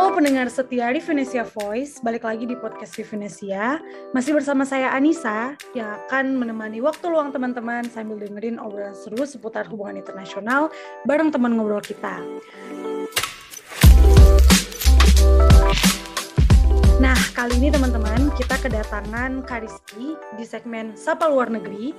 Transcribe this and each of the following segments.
Halo pendengar setia di Venesia Voice, balik lagi di podcast di Venesia. Masih bersama saya Anissa yang akan menemani waktu luang teman-teman sambil dengerin obrolan seru seputar hubungan internasional bareng teman ngobrol kita. Nah, kali ini teman-teman kita kedatangan Kak Rizky di segmen Sapa Luar Negeri.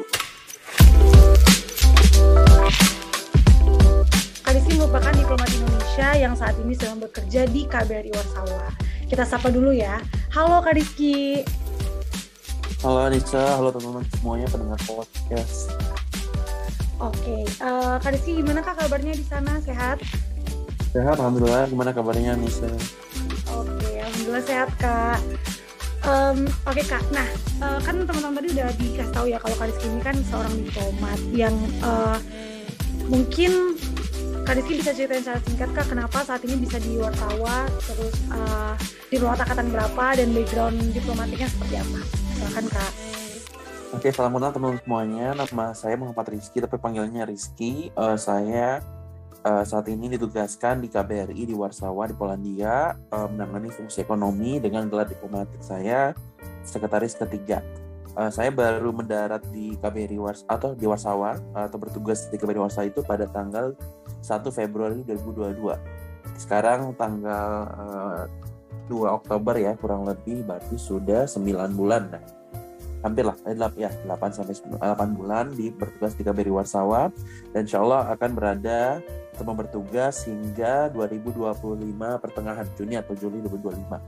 Kak Rizky merupakan diplomat Indonesia yang saat ini sedang bekerja di KBRI Warsawa. Kita sapa dulu ya. Halo Kak Rizky. Halo Anissa, halo teman-teman semuanya pendengar podcast. Oke, Kak Rizky gimana Kak kabarnya di sana? Sehat? Sehat, alhamdulillah. Gimana kabarnya Anissa? Oke, alhamdulillah sehat Kak. Oke Kak, nah kan teman-teman tadi udah dikasih tahu ya kalau Kak Rizky ini kan seorang diplomat yang mungkin Kak Rizky bisa ceritain secara singkat Kak, kenapa saat ini bisa di Warsawa, terus diplomat angkatan berapa, dan background diplomatiknya seperti apa? Silakan Kak. Oke, salam kenal teman-teman semuanya. Nama saya Muhammad Rizky, tapi panggilannya Rizky. Saya saat ini ditugaskan di KBRI di Warsawa, di Polandia, menangani fungsi ekonomi dengan gelar diplomatik saya Sekretaris Ketiga. Saya baru mendarat di KBRI atau di Warsawa atau bertugas di KBRI Warsawa itu pada tanggal 1 Februari 2022. Sekarang tanggal 2 Oktober ya, kurang lebih berarti sudah 9 bulan. Nah, hampir lah, 8 bulan bertugas di KBRI Warsawa, dan insya Allah akan berada atau bertugas hingga 2025 pertengahan Juni atau Juli 2025.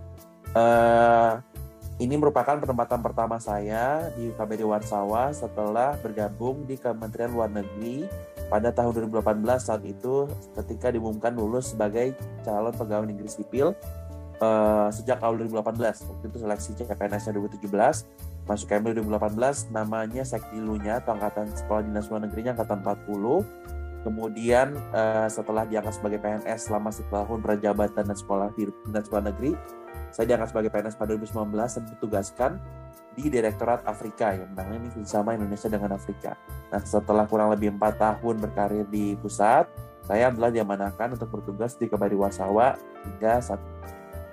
Ini merupakan penempatan pertama saya di KBRI Warsawa setelah bergabung di Kementerian Luar Negeri pada tahun 2018 saat itu ketika diumumkan lulus sebagai calon pegawai negeri sipil sejak tahun 2018. Waktu itu seleksi CPNS 2017, masuk KML 2018, namanya Sekdilunya atau Angkatan Sekolah Dinas Luar Negerinya Angkatan 40. Kemudian setelah diangkat sebagai PNS selama setahun berjabatan dan sekolah di Dinas Luar Negeri, saya diangkat sebagai PNS pada 2019 dan ditugaskan di Direktorat Afrika yang menangani kerjasama Indonesia dengan Afrika. Nah, setelah kurang lebih 4 tahun berkarir di pusat, saya adalah diamanahkan untuk bertugas di KBRI Warsawa hingga saat ini.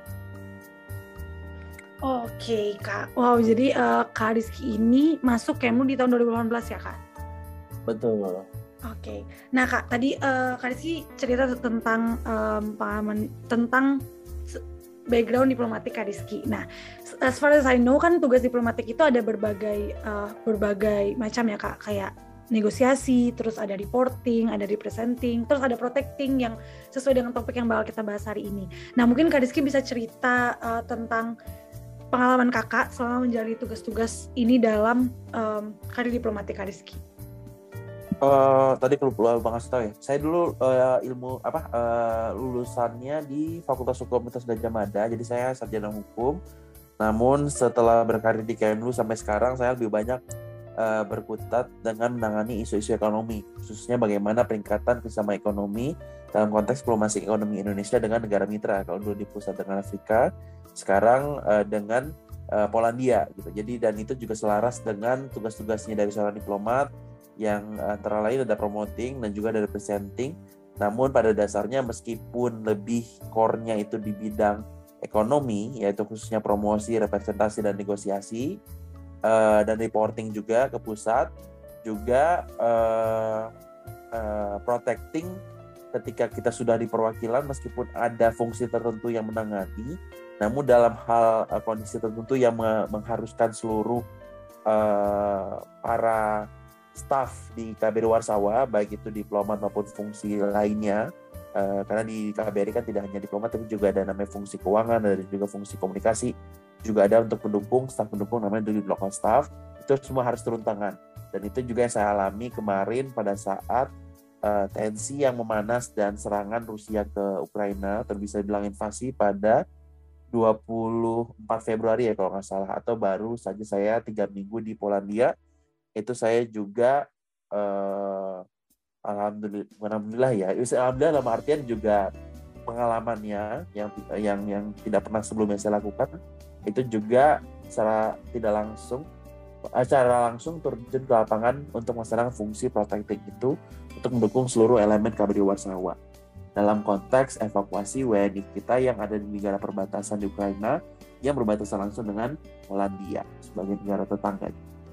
Oke Kak, wow, jadi Kak Rizky ini masuk Kemlu di tahun 2018 ya Kak? Betul. Oke, nah Kak, tadi Kak Rizky cerita tentang pengalaman tentang background diplomatik Kak Rizky. Nah, as far as I know kan tugas diplomatik itu ada berbagai macam ya Kak, kayak negosiasi, terus ada reporting, ada representing, terus ada protecting yang sesuai dengan topik yang bakal kita bahas hari ini. Nah, mungkin Kak Rizky bisa cerita tentang pengalaman Kakak selama menjalani tugas-tugas ini dalam karir diplomatik Kak Rizky. Tadi perlu Bang kasih tahu ya. Saya dulu lulusannya di Fakultas Hukum Universitas Gadjah Mada, jadi saya sarjana hukum. Namun setelah berkarir di Kemlu sampai sekarang saya lebih banyak berkutat dengan menangani isu-isu ekonomi, khususnya bagaimana peningkatan kerjasama ekonomi dalam konteks diplomasi ekonomi Indonesia dengan negara mitra. Kalau dulu di pusat dengan Afrika, sekarang dengan Polandia gitu. Jadi dan itu juga selaras dengan tugas-tugasnya dari seorang diplomat yang antara lain ada promoting dan juga ada representing. Namun pada dasarnya meskipun lebih core-nya itu di bidang ekonomi, yaitu khususnya promosi, representasi, dan negosiasi, dan reporting juga ke pusat, juga protecting ketika kita sudah di perwakilan meskipun ada fungsi tertentu yang menangani, namun dalam hal kondisi tertentu yang mengharuskan seluruh para staf di KBRI Warsawa, baik itu diplomat maupun fungsi lainnya, karena di KBRI kan tidak hanya diplomat, tapi juga ada namanya fungsi keuangan, ada juga fungsi komunikasi, juga ada untuk pendukung, staf pendukung namanya di local staff, itu semua harus turun tangan. Dan itu juga yang saya alami kemarin pada saat tensi yang memanas dan serangan Rusia ke Ukraina, atau bisa dibilang invasi pada 24 Februari ya kalau nggak salah, atau baru saja saya 3 minggu di Polandia. Itu saya juga alhamdulillah ya. Alhamdulillah dalam artian juga pengalamannya yang tidak pernah sebelumnya saya lakukan itu juga secara langsung terjun ke lapangan untuk melaksanakan fungsi protecting itu untuk mendukung seluruh elemen KBRI Warsawa. dalam konteks evakuasi WNI kita yang ada di negara perbatasan di Ukraina yang berbatasan langsung dengan Polandia sebagai negara tetangga.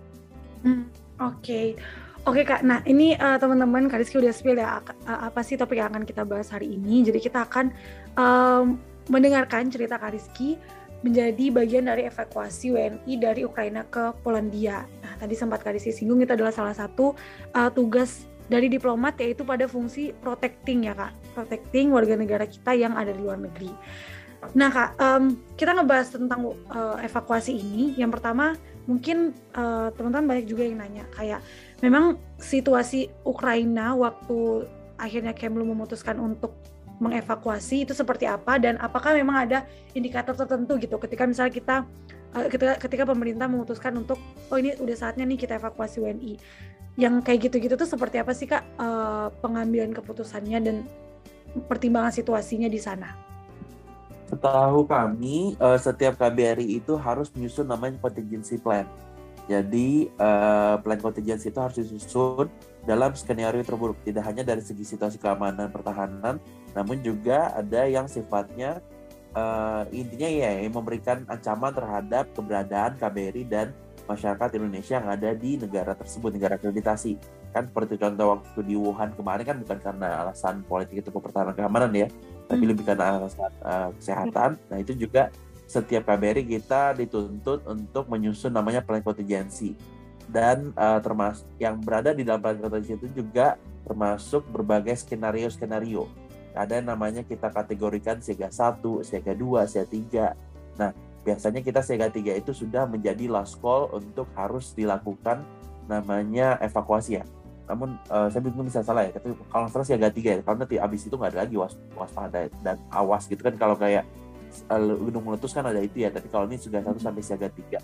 Oke. Oke Kak, nah ini teman-teman Kak Rizky udah spill ya apa sih topik yang akan kita bahas hari ini. Jadi kita akan mendengarkan cerita Kak Rizky menjadi bagian dari evakuasi WNI dari Ukraina ke Polandia. Nah tadi sempat Kak Rizky singgung itu adalah salah satu tugas dari diplomat, yaitu pada fungsi protecting ya Kak, protecting warga negara kita yang ada di luar negeri. Nah Kak, kita ngebahas tentang evakuasi ini. Yang pertama mungkin teman-teman banyak juga yang nanya kayak memang situasi Ukraina waktu akhirnya Kremlin memutuskan untuk mengevakuasi itu seperti apa, dan apakah memang ada indikator tertentu gitu ketika misalnya ketika pemerintah memutuskan untuk ini udah saatnya nih kita evakuasi WNI, yang kayak gitu-gitu tuh seperti apa sih Kak pengambilan keputusannya dan pertimbangan situasinya di sana? Setahu kami, setiap KBRI itu harus menyusun namanya contingency plan. Jadi, plan contingency itu harus disusun dalam skenario terburuk. Tidak hanya dari segi situasi keamanan pertahanan, namun juga ada yang sifatnya intinya ya memberikan ancaman terhadap keberadaan KBRI dan masyarakat Indonesia yang ada di negara tersebut, negara akreditasi. Kan seperti contoh waktu di Wuhan kemarin kan bukan karena alasan politik itu pertahanan keamanan ya, tapi lebih karena alasan kesehatan. Nah itu juga setiap KBRI kita dituntut untuk menyusun namanya plan contingency, dan termasuk yang berada di dalam plan contingency itu juga termasuk berbagai skenario. Ada namanya kita kategorikan siaga 1, siaga 2, siaga 3. Nah biasanya kita siaga 3 itu sudah menjadi last call untuk harus dilakukan namanya evakuasi ya. Namun saya bingung bisa salah ya, tapi kalau salah siaga 3 ya, karena nanti abis itu nggak ada lagi waspada dan awas gitu kan. Kalau kayak gunung meletus kan ada itu ya, tapi kalau ini sudah 1 sampai siaga 3.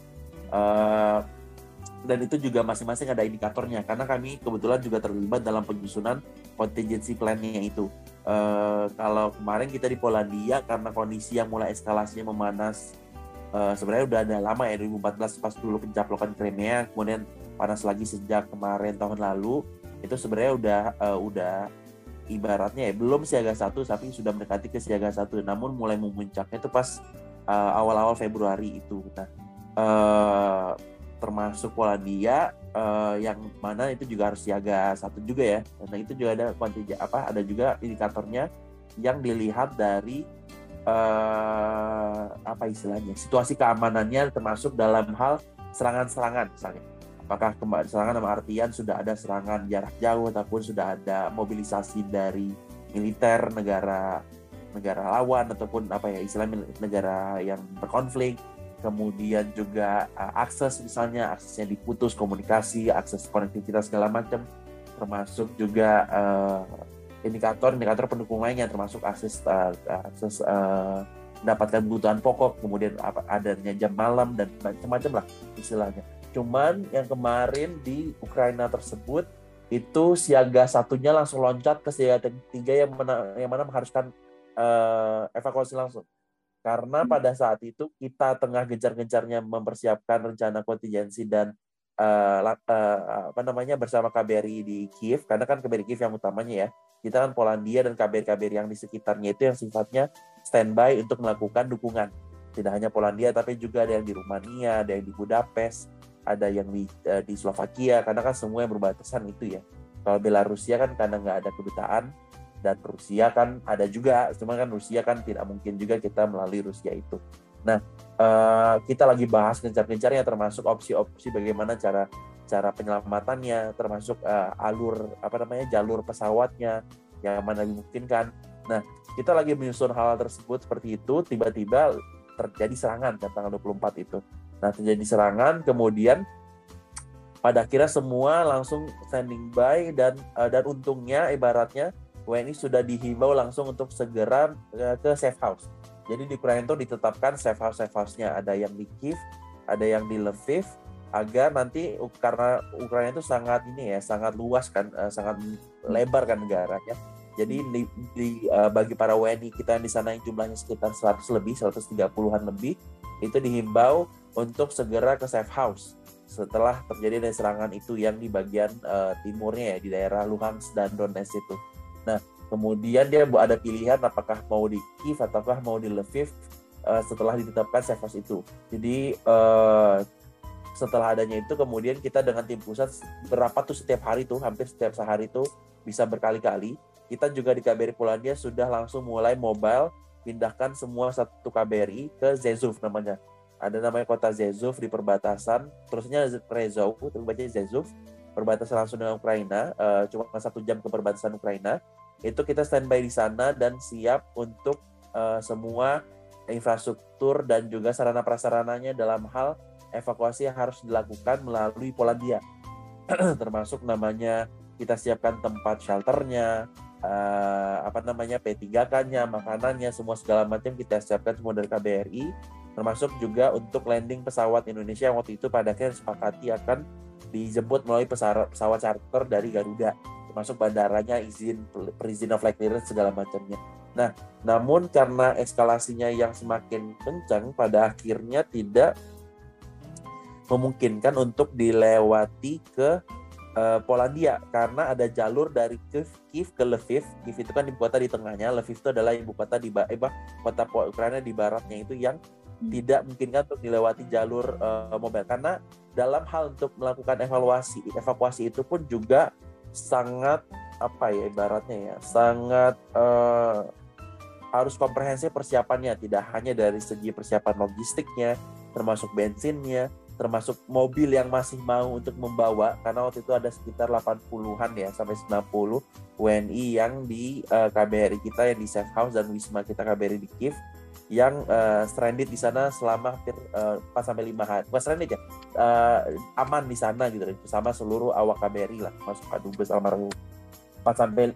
Dan itu juga masing-masing ada indikatornya, karena kami kebetulan juga terlibat dalam penyusunan contingency plan-nya itu. Kalau kemarin kita di Polandia, karena kondisi yang mulai eskalasinya memanas, sebenarnya udah ada lama ya, 2014 pas dulu pencaplokan Crimea, kemudian panas lagi sejak kemarin tahun lalu. Itu sebenarnya udah ibaratnya ya belum siaga 1 tapi sudah mendekati ke siaga 1, namun mulai memuncaknya itu pas awal-awal Februari itu. Nah, termasuk Polandia yang mana itu juga harus siaga 1 juga ya. Nah, itu juga ada juga indikatornya yang dilihat dari situasi keamanannya, termasuk dalam hal serangan-serangan misalnya. Apakah serangan dalam artian sudah ada serangan jarak jauh ataupun sudah ada mobilisasi dari militer negara lawan ataupun negara yang berkonflik. Kemudian juga aksesnya diputus, komunikasi, akses konektivitas segala macam, termasuk juga indikator pendukung lainnya, termasuk akses mendapatkan kebutuhan pokok, kemudian adanya jam malam dan macam-macam lah istilahnya. Cuman yang kemarin di Ukraina tersebut itu siaga 1-nya langsung loncat ke siaga 3 yang mana mengharuskan evakuasi langsung. Karena pada saat itu kita tengah gencar-gencarnya mempersiapkan rencana kontingensi dan bersama KBRI di Kiev, karena kan KBRI Kiev yang utamanya ya. Kita kan Polandia dan KBRI yang di sekitarnya itu yang sifatnya standby untuk melakukan dukungan. Tidak hanya Polandia tapi juga ada yang di Rumania, ada yang di Budapest, ada yang di Slovakia, karena kan semua yang berbatasan itu ya. Kalau Belarusia kan karena nggak ada kedutaan, dan Rusia kan ada juga, cuma kan Rusia kan tidak mungkin juga kita melalui Rusia itu. Nah, kita lagi bahas gencar-gencarnya, termasuk opsi-opsi bagaimana cara penyelamatannya, termasuk jalur pesawatnya yang mana dimungkinkan. Nah, kita lagi menyusun hal tersebut seperti itu, tiba-tiba terjadi serangan kan tanggal 24 itu. Nah, terjadi serangan, kemudian pada akhirnya semua langsung standing by, dan untungnya ibaratnya WNI sudah dihimbau langsung untuk segera ke safe house. Jadi di Ukraina itu ditetapkan safe house-nya, ada yang di Kiev, ada yang di Lviv, agar nanti karena Ukraina itu sangat luas kan, sangat lebar kan negaranya. Jadi bagi para WNI kita yang di sana yang jumlahnya sekitar 130-an lebih, itu dihimbau untuk segera ke safe house setelah terjadi serangan itu yang di bagian timurnya ya, di daerah Luhansk dan Donetsk itu. Nah, Kemudian dia ada pilihan apakah mau di Kiev ataukah mau di Lviv setelah ditetapkan safe house itu. Jadi setelah adanya itu kemudian kita dengan tim pusat berapa tuh setiap hari tuh, hampir setiap sehari tuh bisa berkali-kali. Kita juga di KBRI Polandia sudah langsung mulai mobile pindahkan semua satu KBRI ke Rzeszów namanya. Ada namanya kota Rzeszów di perbatasan, terusnya Rzeszów, itu baca Rzeszów, perbatasan langsung dengan Ukraina, cuma 1 jam ke perbatasan Ukraina. Itu kita standby di sana dan siap untuk semua infrastruktur dan juga sarana prasarananya dalam hal evakuasi yang harus dilakukan melalui Polandia. Termasuk namanya kita siapkan tempat shelternya, P3K-nya, makanannya, semua segala macam kita siapkan semua dari KBRI, termasuk juga untuk landing pesawat Indonesia yang waktu itu pada akhirnya sepakati akan dijemput melalui pesawat charter dari Garuda, termasuk bandaranya, perizinan flight clearance segala macamnya. Nah, namun karena eskalasinya yang semakin kencang, pada akhirnya tidak memungkinkan untuk dilewati ke Polandia karena ada jalur dari Kiev ke Lviv. Kiev itu kan ibu kota di tengahnya, Lviv itu adalah ibu kota di kota Ukraina di baratnya itu yang tidak memungkinkan untuk dilewati jalur mobil. Karena dalam hal untuk melakukan evakuasi itu pun juga sangat sangat harus komprehensif persiapannya, tidak hanya dari segi persiapan logistiknya, termasuk bensinnya, termasuk mobil yang masih mau untuk membawa, karena waktu itu ada sekitar 80-an ya sampai 90 WNI yang di KBRI kita yang di safe house dan wisma kita KBRI di Kiev yang stranded di sana selama hampir 4-5 hari. Bukan stranded ya, aman di sana gitu bersama seluruh awak KBRI lah, masuk Pak Dubes almarhum. 4-5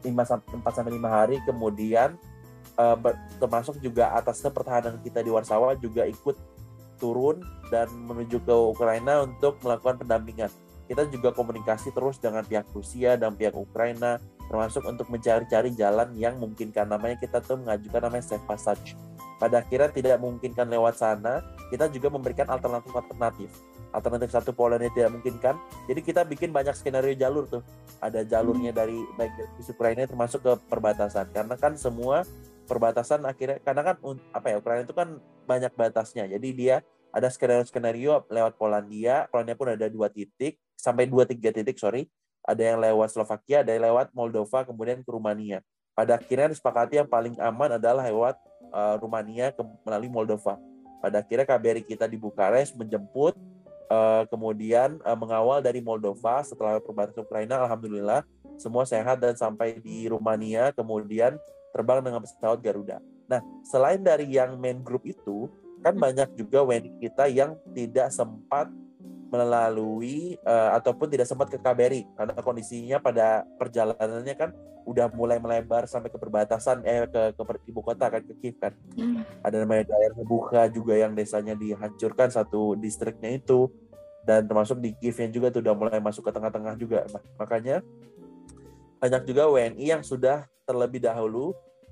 hari kemudian termasuk juga atasnya pertahanan kita di Warsawa juga ikut turun dan menuju ke Ukraina untuk melakukan pendampingan. Kita juga komunikasi terus dengan pihak Rusia dan pihak Ukraina, termasuk untuk mencari-cari jalan yang memungkinkan. Namanya kita tuh mengajukan namanya safe passage. Pada akhirnya tidak memungkinkan lewat sana, kita juga memberikan alternatif. Alternatif satu, Polandia tidak memungkinkan, jadi kita bikin banyak skenario jalur tuh. Ada jalurnya dari baik dari Ukraina termasuk ke perbatasan, karena kan semua perbatasan akhirnya, karena kan Ukraina itu kan banyak batasnya, jadi dia ada skenario lewat Polandia pun ada 2 titik sampai 2-3 titik, ada yang lewat Slovakia, ada yang lewat Moldova, kemudian ke Rumania. Pada akhirnya disepakati yang paling aman adalah lewat Rumania melalui Moldova. Pada akhirnya KBRI kita di Bukares menjemput, kemudian mengawal dari Moldova. Setelah perbatasan Ukraina, alhamdulillah semua sehat dan sampai di Rumania, kemudian terbang dengan pesawat Garuda. Nah, selain dari yang main group itu, kan banyak juga WNI kita yang tidak sempat melalui ataupun tidak sempat ke KBRI karena kondisinya pada perjalanannya kan udah mulai melebar sampai ke perbatasan ke ibu kota kan, ke Kiev kan. Ada namanya daerah Bucha juga yang desanya dihancurkan satu distriknya itu, dan termasuk di Kievnya juga tuh udah mulai masuk ke tengah-tengah juga. Makanya banyak juga WNI yang sudah terlebih dahulu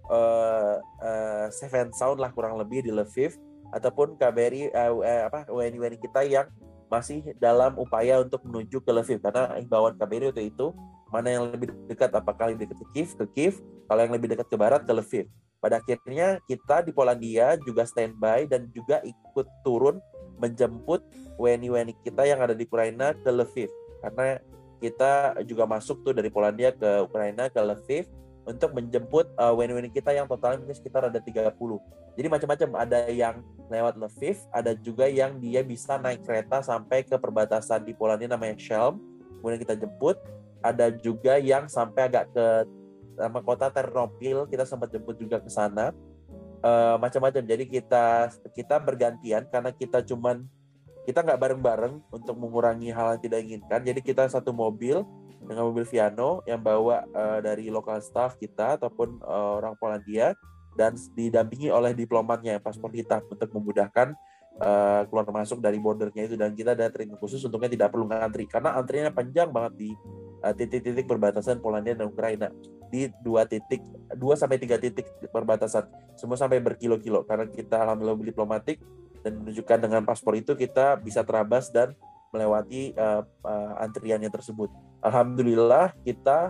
safe and sound lah kurang lebih di Lviv, ataupun KBRI WNI kita yang masih dalam upaya untuk menuju ke Lviv, karena imbauan KBRI waktu itu mana yang lebih dekat, apakah lebih dekat ke Kiev, kalau yang lebih dekat ke barat ke Lviv. Pada akhirnya kita di Polandia juga standby dan juga ikut turun menjemput WNI kita yang ada di Ukraina ke Lviv, karena kita juga masuk tuh dari Polandia ke Ukraina ke Lviv untuk menjemput WNI kita yang totalnya mungkin sekitar ada 30. Jadi macam-macam, ada yang lewat Lviv, ada juga yang dia bisa naik kereta sampai ke perbatasan di Polandia namanya Chelm, kemudian kita jemput. Ada juga yang sampai agak ke nama kota Ternopil, kita sempat jemput juga ke sana. Macam-macam. Jadi kita bergantian karena kita nggak bareng-bareng untuk mengurangi hal yang tidak diinginkan. Jadi kita satu mobil dengan mobil Viano yang bawa dari lokal staff kita ataupun orang Polandia, dan didampingi oleh diplomatnya yang paspor hitam untuk memudahkan keluar masuk dari bordernya itu. Dan kita ada training khusus untuknya, tidak perlu ngantri karena antrinya panjang banget di titik-titik perbatasan Polandia dan Ukraina, di 2 sampai 3 titik perbatasan, semua sampai berkilo-kilo. Karena kita alhamdulillah diplomatik dan menunjukkan dengan paspor itu kita bisa terabas dan melewati antriannya tersebut. Alhamdulillah kita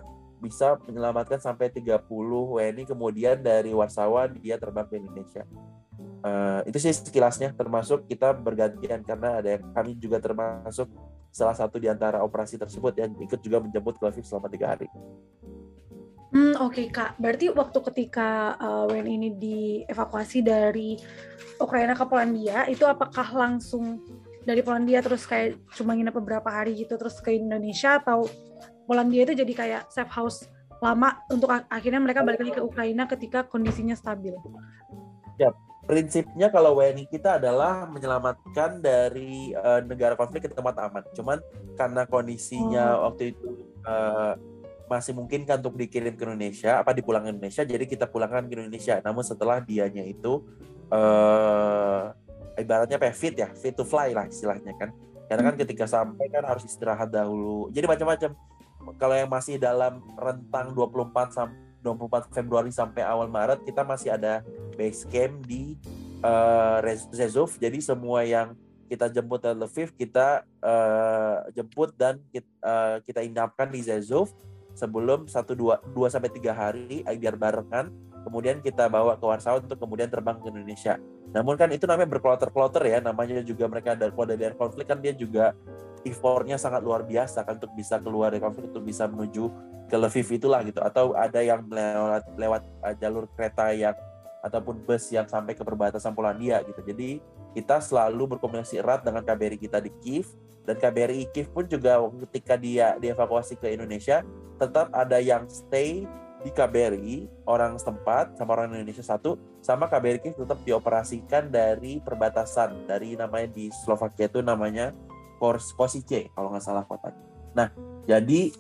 bisa menyelamatkan sampai 30 WNI, kemudian dari Warsawa dia terbang ke Indonesia. Itu sih sekilasnya, termasuk kita bergantian karena ada yang kami juga termasuk salah satu di antara operasi tersebut yang ikut juga menjemput ke Lviv selama 3 hari. Oke, Kak. Berarti waktu ketika WNI ini dievakuasi dari Ukraina ke Polandia, itu apakah langsung dari Polandia terus kayak cuma nginep beberapa hari gitu terus ke Indonesia, atau Polandia itu jadi kayak safe house lama untuk akhirnya mereka balik lagi ke Ukraina ketika kondisinya stabil? Ya, prinsipnya kalau WNI kita adalah menyelamatkan dari negara konflik ke tempat aman. Cuman karena kondisinya waktu itu masih mungkin kan untuk dikirim ke Indonesia, dipulang ke Indonesia, jadi kita pulangkan ke Indonesia. Namun setelah dianya itu ibaratnya fit to fly lah istilahnya kan. Karena kan ketika sampai kan harus istirahat dahulu. Jadi macam-macam. Kalau yang masih dalam rentang 24 Februari sampai awal Maret, kita masih ada base camp di Rzeszów. Jadi semua yang kita jemput dari Lviv, kita jemput dan kita indapkan di Rzeszów sebelum 2-3 hari biar barengan, kemudian kita bawa ke Warsawa untuk kemudian terbang ke Indonesia. Namun kan itu namanya berkloter-kloter ya, namanya juga mereka keluar dari konflik kan, dia juga effortnya sangat luar biasa kan untuk bisa keluar dari konflik, untuk bisa menuju ke Lviv itulah gitu. Atau ada yang lewat jalur kereta yang ataupun bus yang sampai ke perbatasan Polandia gitu. Jadi kita selalu berkomunikasi erat dengan KBRI kita di Kiev, dan KBRI Kiev pun juga ketika dia dievakuasi ke Indonesia tetap ada yang stay di KBRI, orang setempat sama orang Indonesia satu, sama KBRI Kiev tetap dioperasikan dari perbatasan, dari namanya di Slovakia itu namanya Košice kalau nggak salah kotanya. Nah, jadi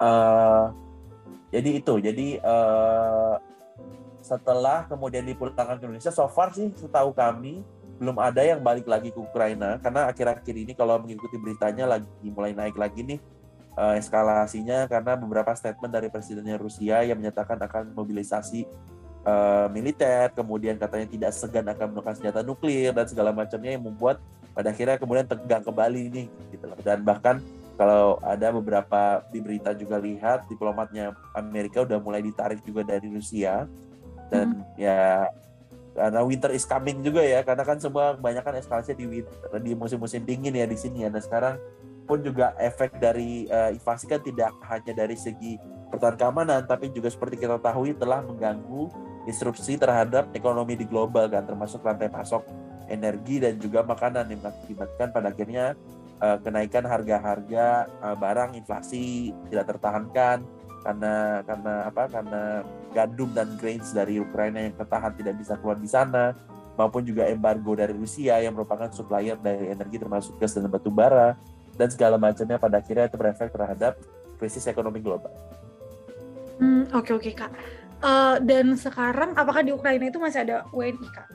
setelah kemudian dipulangkan ke Indonesia, so far sih setahu kami belum ada yang balik lagi ke Ukraina, karena akhir-akhir ini kalau mengikuti beritanya lagi mulai naik lagi nih eskalasinya, karena beberapa statement dari presidennya Rusia yang menyatakan akan mobilisasi militer, kemudian katanya tidak segan akan menggunakan senjata nuklir dan segala macamnya, yang membuat pada akhirnya kemudian tegang kembali nih gitu loh. Dan bahkan kalau ada beberapa di berita juga lihat diplomatnya Amerika udah mulai ditarik juga dari Rusia, dan ya karena winter is coming juga ya, karena kan semua kebanyakan eskalasi di musim-musim dingin ya di sini ya. Dan sekarang pun juga efek dari invasi kan tidak hanya dari segi pertahanan keamanan, tapi juga seperti kita tahu telah mengganggu disrupsi terhadap ekonomi di global kan, termasuk rantai pasok energi dan juga makanan, yang mengakibatkan pada akhirnya kenaikan harga-harga barang, inflasi tidak tertahankan karena gandum dan grains dari Ukraina yang tertahan tidak bisa keluar di sana, maupun juga embargo dari Rusia yang merupakan supplier dari energi termasuk gas dan batu bara, dan segala macamnya pada akhirnya itu berefek terhadap krisis ekonomi global. Oke, Kak. Dan sekarang apakah di Ukraina itu masih ada WNI, Kak?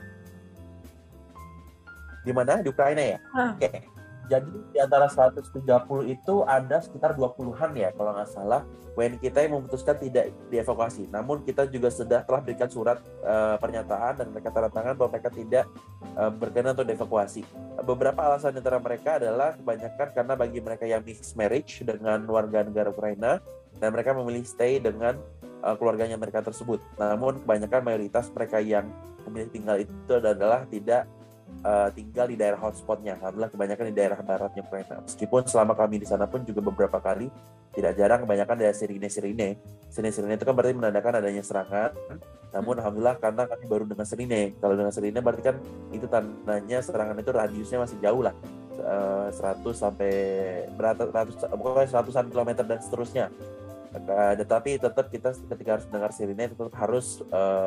Di mana? Di Ukraina ya? Oke. Jadi di antara 130 itu ada sekitar 20-an ya kalau nggak salah WNI kita yang memutuskan tidak dievakuasi. Namun kita juga telah berikan surat pernyataan dan mereka tanda tangan bahwa mereka tidak berkenan untuk dievakuasi. Beberapa alasan antara mereka adalah kebanyakan karena bagi mereka yang mixed marriage dengan warga negara Ukraina, dan mereka memilih stay dengan keluarganya mereka tersebut. Namun kebanyakan mayoritas mereka yang memilih tinggal itu adalah tidak tinggal di daerah hotspotnya, adalah kebanyakan di daerah baratnya Ukraina. Meskipun selama kami di sana pun juga beberapa kali, tidak jarang kebanyakan dari sirine itu kan berarti menandakan adanya serangan. Namun alhamdulillah karena kami baru dengan sirine. Kalau dengan sirine berarti kan itu tandanya serangan itu radiusnya masih jauh lah, 100 sampai pokoknya ratusan kilometer dan seterusnya. Tetapi tetap kita ketika harus mendengar sirine tetap harus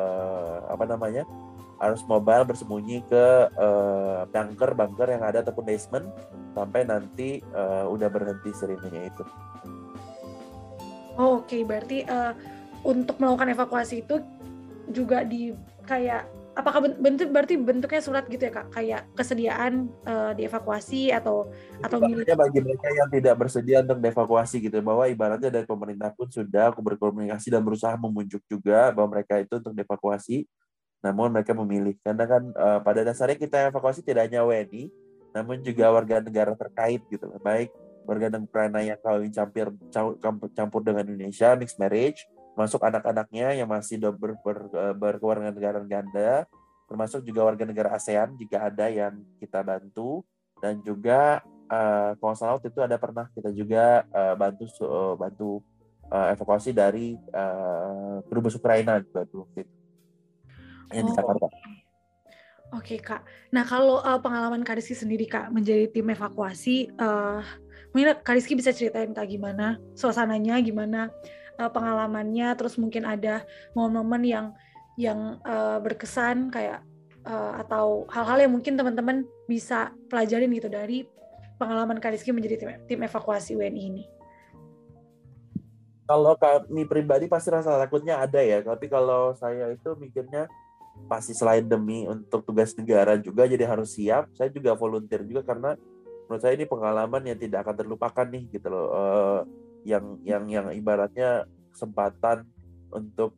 harus mobile bersembunyi ke bunker yang ada ataupun basement sampai nanti udah berhenti sirinenya itu. Oke, berarti untuk melakukan evakuasi itu juga apakah bentuknya surat gitu ya, Kak? Kayak kesediaan dievakuasi atau miliknya bagi mereka yang tidak bersedia untuk dievakuasi gitu, bahwa ibaratnya dari pemerintah pun sudah berkomunikasi dan berusaha membujuk juga bahwa mereka itu untuk dievakuasi. Namun mereka memilih, karena kan pada dasarnya kita evakuasi tidak hanya WNI, namun juga warga negara terkait gitu, baik warga negara Ukraina yang kawin campur dengan Indonesia, mixed marriage, termasuk anak-anaknya yang masih berkewarganegaraan ganda, termasuk juga warga negara ASEAN jika ada yang kita bantu, dan juga kalau salah waktu itu ada pernah kita juga bantu evakuasi dari kedubes Ukraina juga dulu yang di Jakarta. Oke Kak. Nah kalau pengalaman Kak Rizky sendiri Kak menjadi tim evakuasi, mungkin Kak Rizky bisa ceritain Kak gimana suasananya, gimana pengalamannya, terus mungkin ada momen-momen yang berkesan kayak atau hal-hal yang mungkin teman-teman bisa pelajarin gitu dari pengalaman Kak Rizky menjadi tim evakuasi WNI ini. Kalau kami pribadi pasti rasa takutnya ada ya, tapi kalau saya itu mikirnya pasti selain demi untuk tugas negara juga jadi harus siap. Saya juga volunteer juga karena menurut saya ini pengalaman yang tidak akan terlupakan nih gitu loh. Yang ibaratnya kesempatan untuk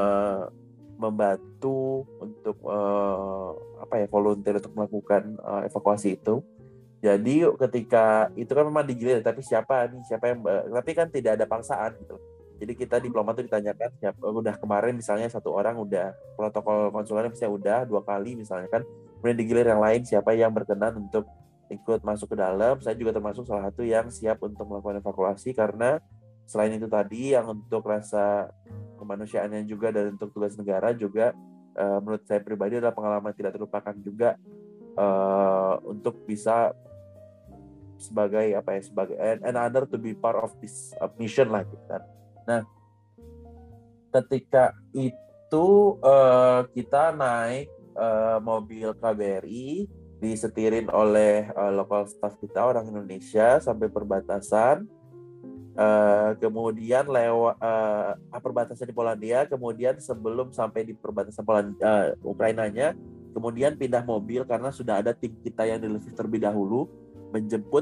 membantu untuk volunteer untuk melakukan evakuasi itu. Jadi ketika itu kan memang digilir, tapi siapa yang tapi kan tidak ada paksaan gitu. Jadi kita diplomat itu ditanyakan udah kemarin misalnya satu orang udah protokol konsulernya misalnya udah 2 kali misalnya kan, kemudian digilir yang lain siapa yang berkenan untuk ikut masuk ke dalam. Saya juga termasuk salah satu yang siap untuk melakukan evakuasi karena selain itu tadi yang untuk rasa kemanusiaannya juga dan untuk tugas negara juga menurut saya pribadi adalah pengalaman tidak terlupakan juga untuk bisa sebagai an honor to be part of this mission lah gitu kan. Nah, ketika itu kita naik mobil KBRI disetirin oleh local staff kita orang Indonesia sampai perbatasan, kemudian lewat perbatasan di Polandia, kemudian sebelum sampai di perbatasan Ukrainanya, kemudian pindah mobil karena sudah ada tim kita yang di Lviv terlebih dahulu menjemput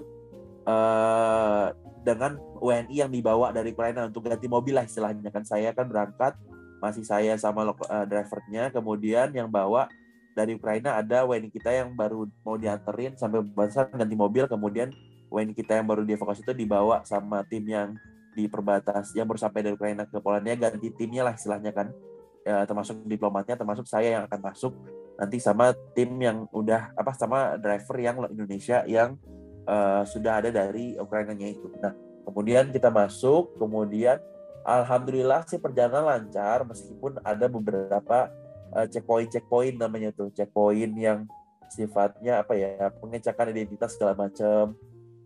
dengan WNI yang dibawa dari Ukraina untuk ganti mobil lah istilahnya kan. Saya kan berangkat masih saya sama drivernya, kemudian yang bawa dari Ukraina ada WNI kita yang baru mau dianterin sampai perbatasan ganti mobil, kemudian WNI kita yang baru dievakuasi itu dibawa sama tim yang di perbatas yang baru sampai dari Ukraina ke Polandia, ganti timnya lah istilahnya kan, termasuk diplomatnya, termasuk saya yang akan masuk nanti sama tim yang udah sama driver yang Indonesia yang sudah ada dari Ukrainanya itu. Nah, kemudian kita masuk, kemudian alhamdulillah sih perjalanan lancar meskipun ada beberapa checkpoint namanya tuh, checkpoint yang sifatnya pengecekan identitas segala macam.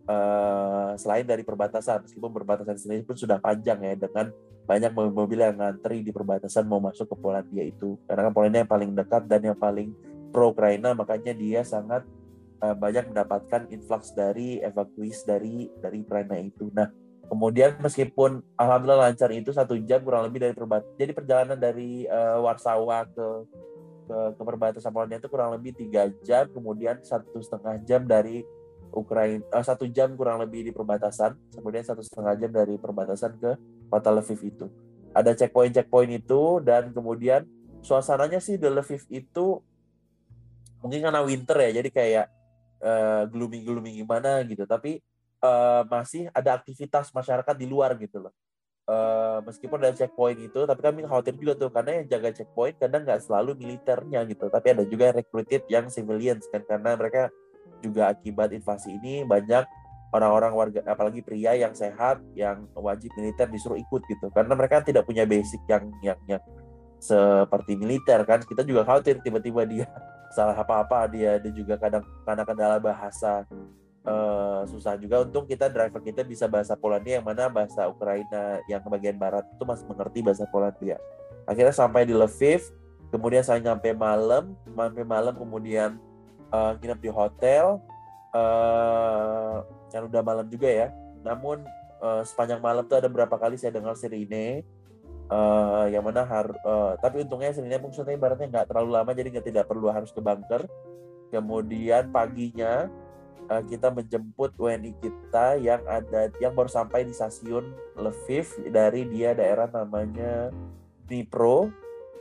Selain dari perbatasan, meskipun perbatasan sendiri pun sudah panjang ya dengan banyak mobil-mobil yang ngantri di perbatasan mau masuk ke Polandia itu. Karena kan Polandia yang paling dekat dan yang paling pro Ukraina, makanya dia sangat banyak mendapatkan influx dari evakuis dari Ukraina itu. Nah, kemudian meskipun alhamdulillah lancar itu 1 jam kurang lebih dari perbatasan. Jadi perjalanan dari Warsawa ke perbatasan Polandia itu kurang lebih 3 jam, kemudian 1,5 jam dari Ukraina, 1 jam kurang lebih di perbatasan, kemudian 1,5 jam dari perbatasan ke kota Lviv itu. Ada checkpoint itu, dan kemudian suasananya sih di Lviv itu mungkin karena winter ya, jadi kayak gloomy gimana gitu, tapi masih ada aktivitas masyarakat di luar gitu loh. Meskipun ada checkpoint itu, tapi kami khawatir juga tuh karena yang jaga checkpoint kadang nggak selalu militernya gitu, tapi ada juga recruited yang civilians kan, karena mereka juga akibat invasi ini banyak orang-orang warga, apalagi pria yang sehat yang wajib militer disuruh ikut gitu, karena mereka tidak punya basic yang seperti militer kan. Kita juga khawatir tiba-tiba dia salah apa-apa, dia juga kadang karena kendala bahasa susah juga. Untung driver kita bisa bahasa Polandia, yang mana bahasa Ukraina yang bagian barat itu masih mengerti bahasa Polandia. Akhirnya sampai di Lviv, kemudian saya nyampe malam kemudian nginep di hotel, yang udah malam juga ya. Namun sepanjang malam tuh ada berapa kali saya dengar sirine, yang mana tapi untungnya sirine maksudnya ibaratnya nggak terlalu lama, jadi tidak perlu harus ke bunker. Kemudian paginya kita menjemput WNI kita yang baru sampai di stasiun Lviv dari daerah namanya Dnipro.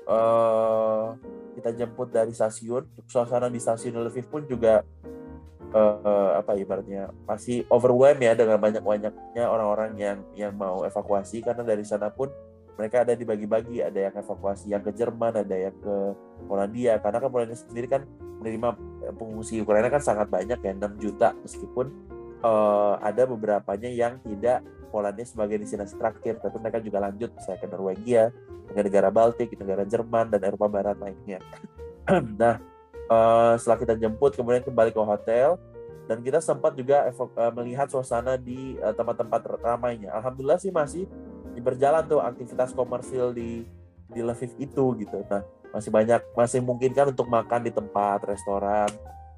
Kita jemput dari stasiun. Suasana di stasiun Lviv pun juga ibaratnya masih overwhelmed ya, dengan banyaknya orang-orang yang mau evakuasi, karena dari sana pun mereka ada dibagi-bagi, ada yang evakuasi yang ke Jerman, ada yang ke Polandia, karena kan Polandia sendiri kan menerima pengungsi Ukraina kan sangat banyak ya, 6 juta, meskipun ada beberapanya yang tidak Polandia sebagai destinasi terakhir, tapi mereka juga lanjut misalnya ke Norwegia, negara Baltik, negara Jerman, dan Eropa Barat lainnya. Nah, setelah kita jemput, kemudian kembali ke hotel, dan kita sempat juga melihat suasana di tempat-tempat ramainya. Alhamdulillah sih masih berjalan tuh aktivitas komersil di Lviv itu gitu. Nah, masih memungkinkan untuk makan di tempat restoran.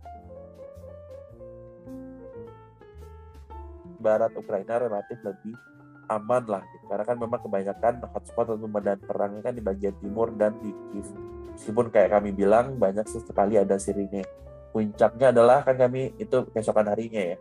Barat Ukraina relatif lebih aman lah gitu. Karena kan memang kebanyakan hotspot atau medan perangnya kan di bagian timur dan di Kiev. Meskipun kayak kami bilang banyak sekali ada sirine. Puncaknya adalah kan kami itu keesokan harinya ya.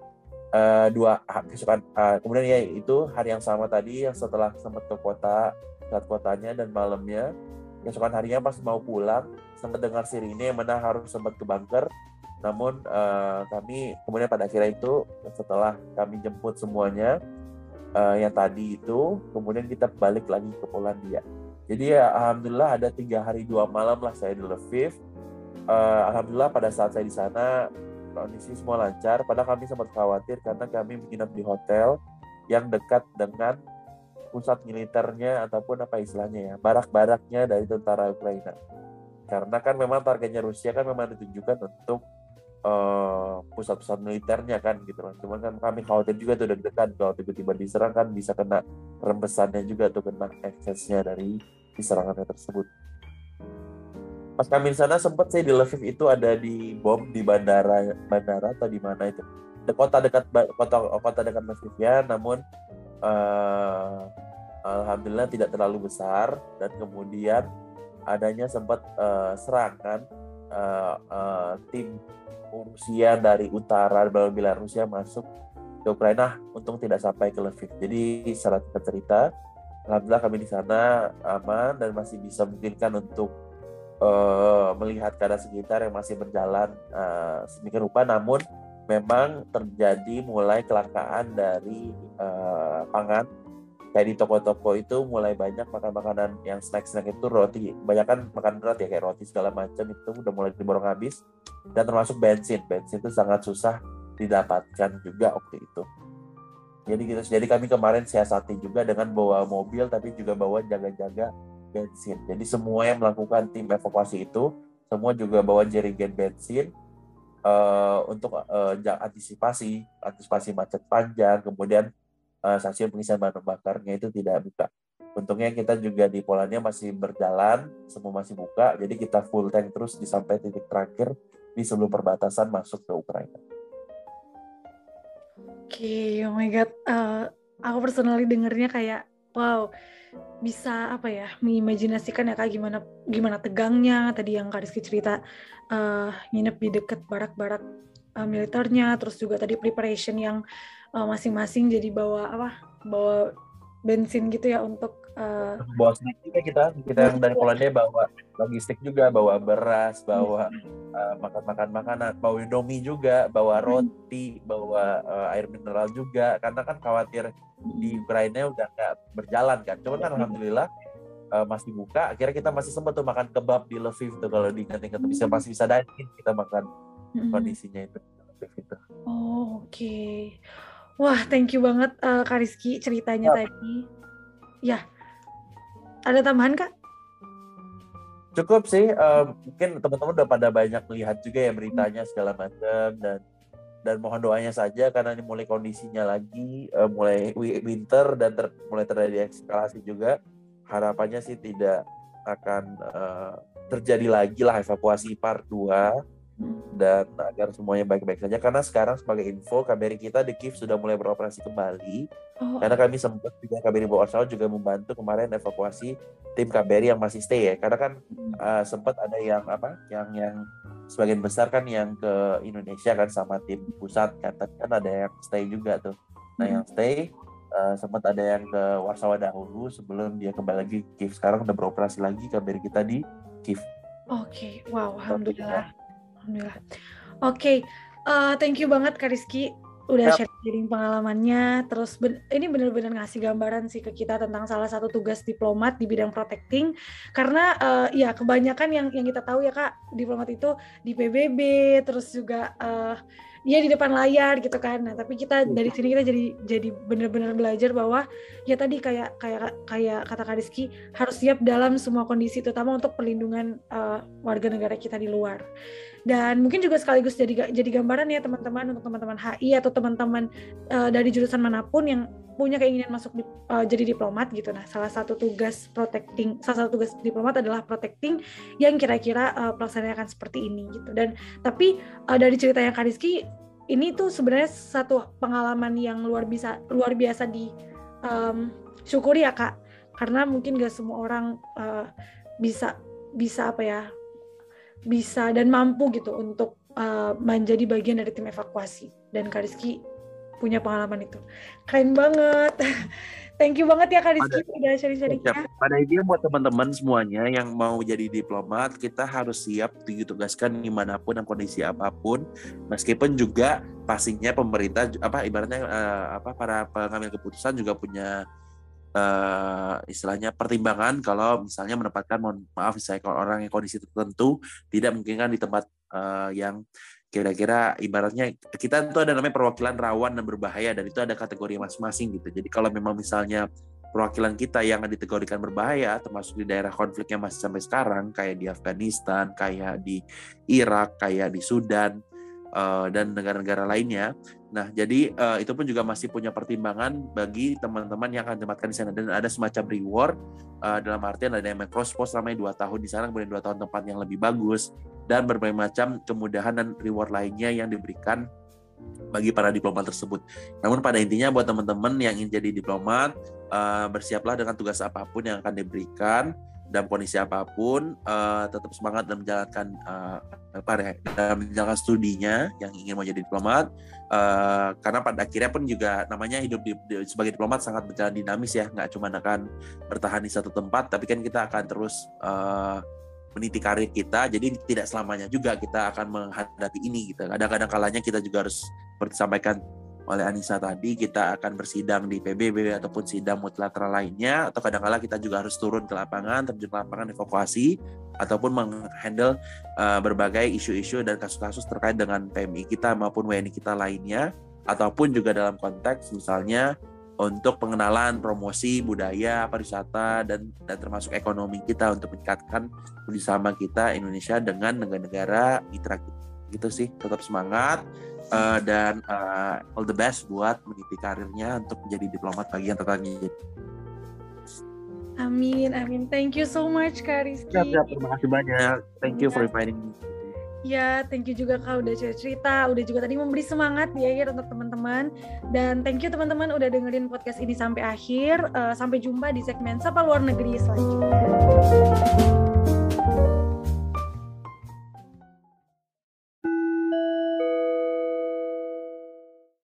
Kemudian ya itu hari yang sama tadi yang setelah sempat ke kotanya dan malamnya, keesokan harinya pas mau pulang sempat dengar sirine yang mana harus sempat ke bunker. Namun kami kemudian pada akhirnya itu setelah kami jemput semuanya yang tadi itu, kemudian kita balik lagi ke Polandia. Jadi ya alhamdulillah ada 3 hari 2 malam lah saya di Lviv. Alhamdulillah pada saat saya di sana kondisi semua lancar, padahal kami sempat khawatir karena kami menginap di hotel yang dekat dengan pusat militernya ataupun apa istilahnya ya, barak-baraknya dari tentara Ukraina. Karena kan memang targetnya Rusia kan memang ditunjukkan untuk pusat-pusat militernya kan gitu loh. Cuman kan kami khawatir juga tuh deg-degan kalau tiba-tiba diserang kan bisa kena rembesannya juga tuh, kena eksesnya dari diserangannya tersebut. Pas kami di sana sempat sih di Lviv itu ada di bom di bandara atau di mana itu, kota dekat Lviv ya, namun alhamdulillah tidak terlalu besar, dan kemudian adanya sempat serangan tim Rusia dari utara Belarusia masuk ke Ukraina, untung tidak sampai ke Lviv. Jadi secara cerita alhamdulillah kami di sana aman dan masih bisa memungkinkan untuk melihat keadaan sekitar yang masih berjalan sedemikian rupa. Namun memang terjadi mulai kelangkaan dari pangan. Kayak di toko-toko itu mulai banyak makan makanan yang snack-snack itu, roti, kebanyakan makan berat ya kayak roti segala macam itu udah mulai diborong habis, dan termasuk bensin itu sangat susah didapatkan juga waktu itu. Jadi kami kemarin siasati juga dengan bawa mobil tapi juga bawa jaga-jaga bensin. Jadi semua yang melakukan tim evakuasi itu semua juga bawa jerigen bensin untuk antisipasi macet panjang, kemudian stasiun pengisian bahan bakarnya itu tidak buka. Untungnya kita juga di Polandia masih berjalan, semua masih buka, jadi kita full tank terus sampai titik terakhir di sebelum perbatasan masuk ke Ukraina. Oke, oh my god, aku personally dengernya kayak wow, bisa apa ya, mengimajinasikan ya Kak gimana tegangnya tadi yang Kak Rizky cerita, nginep di deket barak-barak militernya, terus juga tadi preparation yang masing-masing jadi bawa bensin gitu ya untuk bawa snack juga kita yang dari Polandia bawa logistik juga, bawa beras, bawa makan makanan, bawa Indomie juga, bawa roti, bawa air mineral juga, karena kan khawatir di Ukraina udah nggak berjalan kan. Cuman kan alhamdulillah masih buka. Akhirnya kita masih sempat tuh makan kebab di Lviv tuh, kalau diingat-ingat masih bisa dine-in kita makan kondisinya itu. Oh, oke. Wah, thank you banget Kak Rizky ceritanya tadi. Ya, ada tambahan Kak? Cukup sih, mungkin teman-teman udah pada banyak melihat juga ya beritanya segala macam, dan mohon doanya saja karena ini mulai kondisinya lagi mulai winter dan mulai terjadi eskalasi juga. Harapannya sih tidak akan terjadi lagi lah evakuasi part 2, dan agar semuanya baik-baik saja. Karena sekarang sebagai info, KBRI kita di Kiev sudah mulai beroperasi kembali. Karena kami sempat juga KBRI Warsawa juga membantu kemarin evakuasi tim KBRI yang masih stay ya. Karena kan sempat ada yang sebagian besar kan yang ke Indonesia kan sama tim pusat kan, tapi kan ada yang stay juga tuh. Nah yang stay sempat ada yang ke Warsawa dahulu sebelum dia kembali lagi ke Kiev. Sekarang udah beroperasi lagi KBRI kita di Kiev. Oke, wow, alhamdulillah. Oke, thank you banget Kak Rizky udah sharing pengalamannya. Terus ini benar-benar ngasih gambaran sih ke kita tentang salah satu tugas diplomat di bidang protecting. Karena ya kebanyakan yang kita tahu ya Kak, diplomat itu di PBB, terus juga dia di depan layar gitu kan. Nah, tapi kita dari sini kita jadi benar-benar belajar bahwa ya tadi kayak kata Kak Rizky, harus siap dalam semua kondisi, terutama untuk perlindungan warga negara kita di luar. Dan mungkin juga sekaligus jadi gambaran ya teman-teman, untuk teman-teman HI atau teman-teman dari jurusan manapun yang punya keinginan masuk jadi diplomat gitu. Nah, salah satu tugas diplomat adalah protecting, yang kira-kira pelaksanaannya akan seperti ini gitu. Dan tapi dari cerita yang Kak Rizky, ini tuh sebenarnya satu pengalaman yang luar biasa di syukuri ya Kak, karena mungkin gak semua orang bisa apa ya, bisa dan mampu gitu untuk menjadi bagian dari tim evakuasi. Dan Kak Rizky punya pengalaman itu. Keren banget. Thank you banget ya Kak Rizky udah sharing-sharingnya. Pada intinya buat teman-teman semuanya yang mau jadi diplomat, kita harus siap ditugaskan dimanapun dan kondisi apapun. Meskipun juga pastinya pemerintah ibaratnya para pengambil keputusan juga punya istilahnya pertimbangan kalau misalnya menempatkan, misalnya kalau orang yang kondisi tertentu tidak mungkin kan di tempat yang kira-kira ibaratnya kita itu ada namanya perwakilan rawan dan berbahaya, dan itu ada kategori masing-masing gitu. Jadi kalau memang misalnya perwakilan kita yang dikategorikan berbahaya, termasuk di daerah konflik yang masih sampai sekarang, kayak di Afghanistan, kayak di Irak, kayak di Sudan, dan negara-negara lainnya. Nah, jadi itu pun juga masih punya pertimbangan bagi teman-teman yang akan ditempatkan di sana, dan ada semacam reward dalam artian ada yang cross-post selama 2 tahun di sana, kemudian 2 tahun tempat yang lebih bagus, dan berbagai macam kemudahan dan reward lainnya yang diberikan bagi para diplomat tersebut. Namun pada intinya buat teman-teman yang ingin jadi diplomat, bersiaplah dengan tugas apapun yang akan diberikan dalam kondisi apapun, tetap semangat dalam menjalankan studinya yang ingin mau jadi diplomat, karena pada akhirnya pun juga namanya hidup sebagai diplomat sangat berjalan dinamis ya, nggak cuma akan bertahan di satu tempat, tapi kan kita akan terus meniti karir kita, jadi tidak selamanya juga kita akan menghadapi ini gitu. Kadang-kadang kalanya kita juga harus, seperti disampaikan oleh Anissa tadi, kita akan bersidang di PBB ataupun sidang multilateral lainnya, atau kadang-kala kita juga harus turun ke lapangan, terjun ke lapangan evakuasi, ataupun menghandle berbagai isu-isu dan kasus-kasus terkait dengan PMI kita maupun WNI kita lainnya, ataupun juga dalam konteks misalnya untuk pengenalan, promosi budaya, pariwisata, dan termasuk ekonomi kita untuk meningkatkan kerjasama kita Indonesia dengan negara-negara mitra kita. Gitu sih, tetap semangat dan all the best buat meniti karirnya untuk menjadi diplomat bagi yang tertanya. Amin. Thank you so much Kak Rizky. Ya, terima kasih banyak. Thank you for inviting me. Ya, thank you juga Kak udah cerita, udah juga tadi memberi semangat di akhir untuk teman-teman. Dan thank you teman-teman udah dengerin podcast ini sampai akhir. Sampai jumpa di segmen Sapa Luar Negeri selanjutnya.